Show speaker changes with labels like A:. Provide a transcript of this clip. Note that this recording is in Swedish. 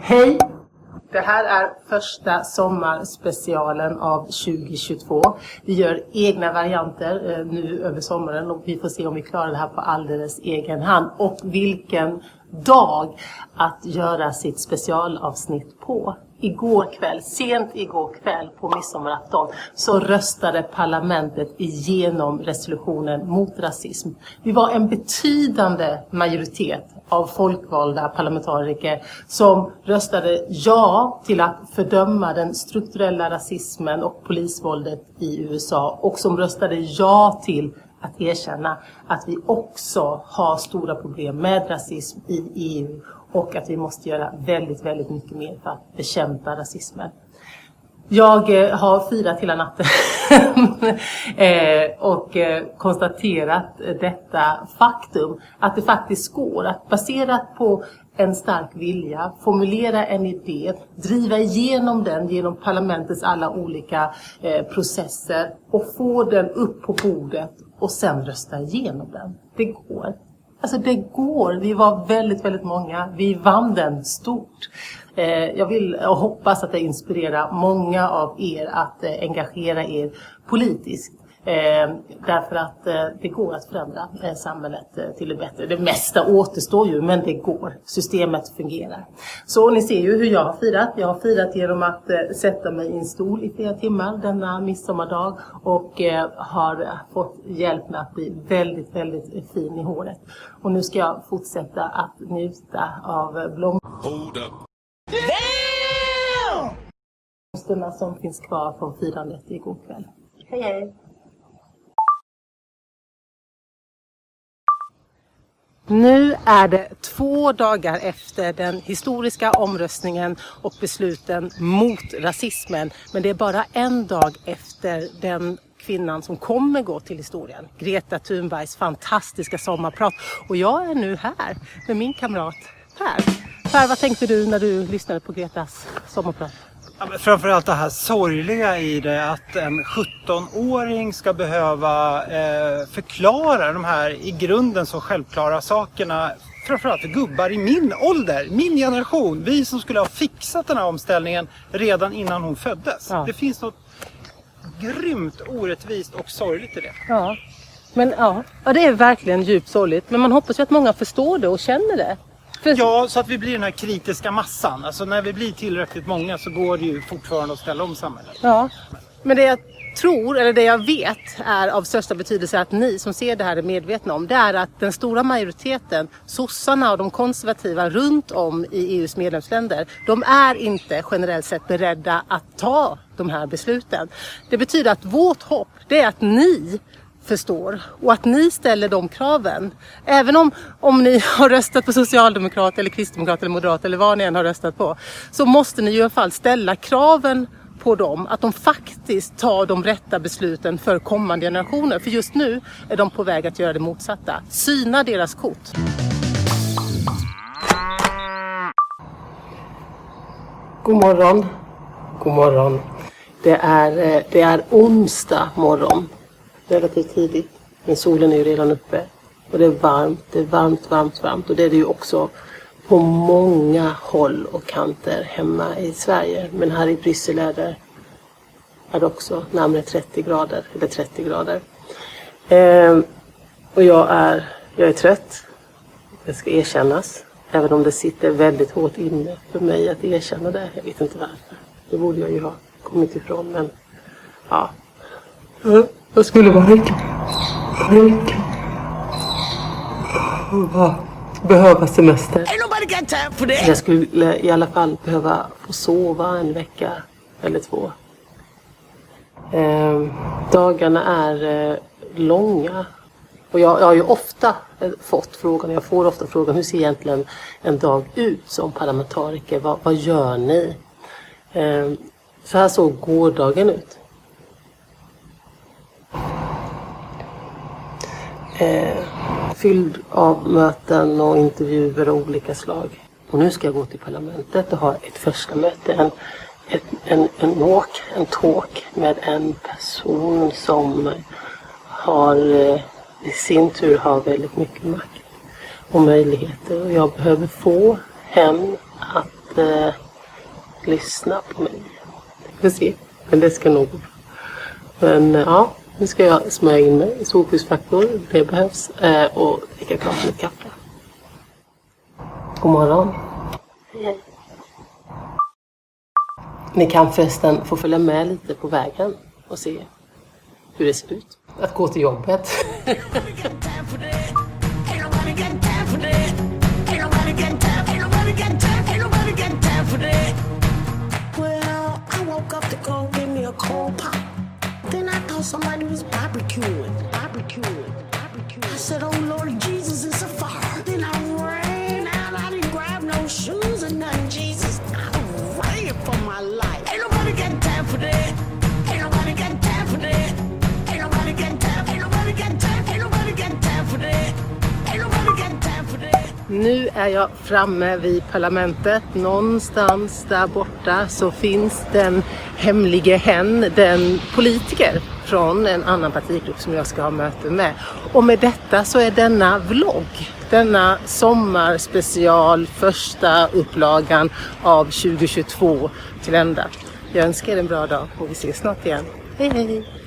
A: Hej! Det här är första sommarspecialen av 2022. Vi gör egna varianter nu över sommaren och vi får se om vi klarar det här på alldeles egen hand. Och vilken dag att göra sitt specialavsnitt på. Sent igår kväll på midsommarafton så röstade parlamentet igenom resolutionen mot rasism. Vi var en betydande majoritet av folkvalda parlamentariker som röstade ja till att fördöma den strukturella rasismen och polisvåldet i USA och som röstade ja till att erkänna att vi också har stora problem med rasism i EU och att vi måste göra väldigt, väldigt mycket mer för att bekämpa rasismen. Jag har firat hela natten och konstaterat detta faktum att det faktiskt går att baserat på en stark vilja, formulera en idé, driva igenom den genom parlamentets alla olika processer och få den upp på bordet och sen rösta igenom den. Det går. Alltså det går. Vi var väldigt, väldigt många. Vi vann den stort. Jag vill och hoppas att det inspirerar många av er att engagera er politiskt. Därför att det går att förändra samhället till det bättre. Det mesta återstår ju, men det går. Systemet fungerar. Så ni ser ju hur jag har firat. Jag har firat genom att sätta mig i en stol i flera timmar denna midsommardag och har fått hjälp med att bli väldigt, väldigt fin i håret. Och nu ska jag fortsätta att njuta av blomsterna som finns kvar från firandet igår kväll. Hej hej! Nu är det 2 dagar efter den historiska omröstningen och besluten mot rasismen. Men det är bara en dag efter den kvinnan som kommer gå till historien. Greta Thunbergs fantastiska sommarprat. Och jag är nu här med min kamrat Per. Per, vad tänkte du när du lyssnade på Gretas sommarprat?
B: Ja, men framförallt det här sorgliga i det att en 17-åring ska behöva förklara de här i grunden så självklara sakerna. Framförallt för gubbar i min ålder, min generation. Vi som skulle ha fixat den här omställningen redan innan hon föddes. Ja. Det finns något grymt orättvist och sorgligt i det.
A: Ja, men ja, det är verkligen djupt sorgligt. Men man hoppas ju att många förstår det och känner det.
B: Ja, så att vi blir den här kritiska massan. Alltså när vi blir tillräckligt många så går det ju fortfarande att ställa om samhället.
A: Ja, men det jag tror, eller det jag vet är av största betydelse att ni som ser det här är medvetna om. Det är att den stora majoriteten, sossarna och de konservativa runt om i EUs medlemsländer, de är inte generellt sett beredda att ta de här besluten. Det betyder att vårt hopp, det är att ni förstår och att ni ställer de kraven. Även om ni har röstat på Socialdemokrat eller Kristdemokrat eller Moderat eller vad ni än har röstat på, så måste ni i alla fall ställa kraven på dem att de faktiskt tar de rätta besluten för kommande generationer. För just nu är de på väg att göra det motsatta. Syna deras kort. God morgon. God morgon. Det är onsdag morgon. Relativt tidigt. Men solen är ju redan uppe. Och det är varmt. Det är varmt. Och det är det ju också på många håll och kanter hemma i Sverige. Men här i Bryssel är det också närmare 30 grader. Eller 30 grader. Och jag är trött. Det ska erkännas. Även om det sitter väldigt hårt inne för mig att erkänna det. Jag vet inte varför. Det borde jag ju ha kommit ifrån. Men ja. Jag skulle behöva semester. Jag skulle i alla fall behöva få sova en vecka eller 2. Dagarna är långa. Och jag har ju ofta fått frågan, jag får ofta frågan, hur ser egentligen en dag ut som parlamentariker? Vad gör ni? Så här såg gårdagen ut. Fylld av möten och intervjuer av olika slag. Och nu ska jag gå till parlamentet och ha ett första möte. En talk med en person som i sin tur har väldigt mycket makt och möjligheter. Och jag behöver få hem att inte lyssna på mig. Vi får se, men det ska nog. Men ja, nu ska jag smörja in mig i solskyddsfaktor, det behövs, och dricka klart mitt kaffe. God morgon. Hej. Ni kan förresten få följa med lite på vägen och se hur det ser ut att gå till jobbet.
C: Somebody was barbecuing. I said, oh Lord Jesus, it's a fire. Then I ran out, I didn't grab no shoes or nothing, Jesus. I ran for my life. Ain't nobody got time for that. Ain't nobody got time for that. Ain't nobody got time, ain't nobody got time, ain't nobody got time for that. Ain't nobody got time for that.
A: Nu är jag framme vid parlamentet. Någonstans där borta så finns den hemlige hen, den politiker från en annan partigrupp som jag ska ha möte med. Och med detta så är denna vlogg, denna sommarspecial, första upplagan av 2022 till ända. Jag önskar er en bra dag och vi ses snart igen. Hej hej!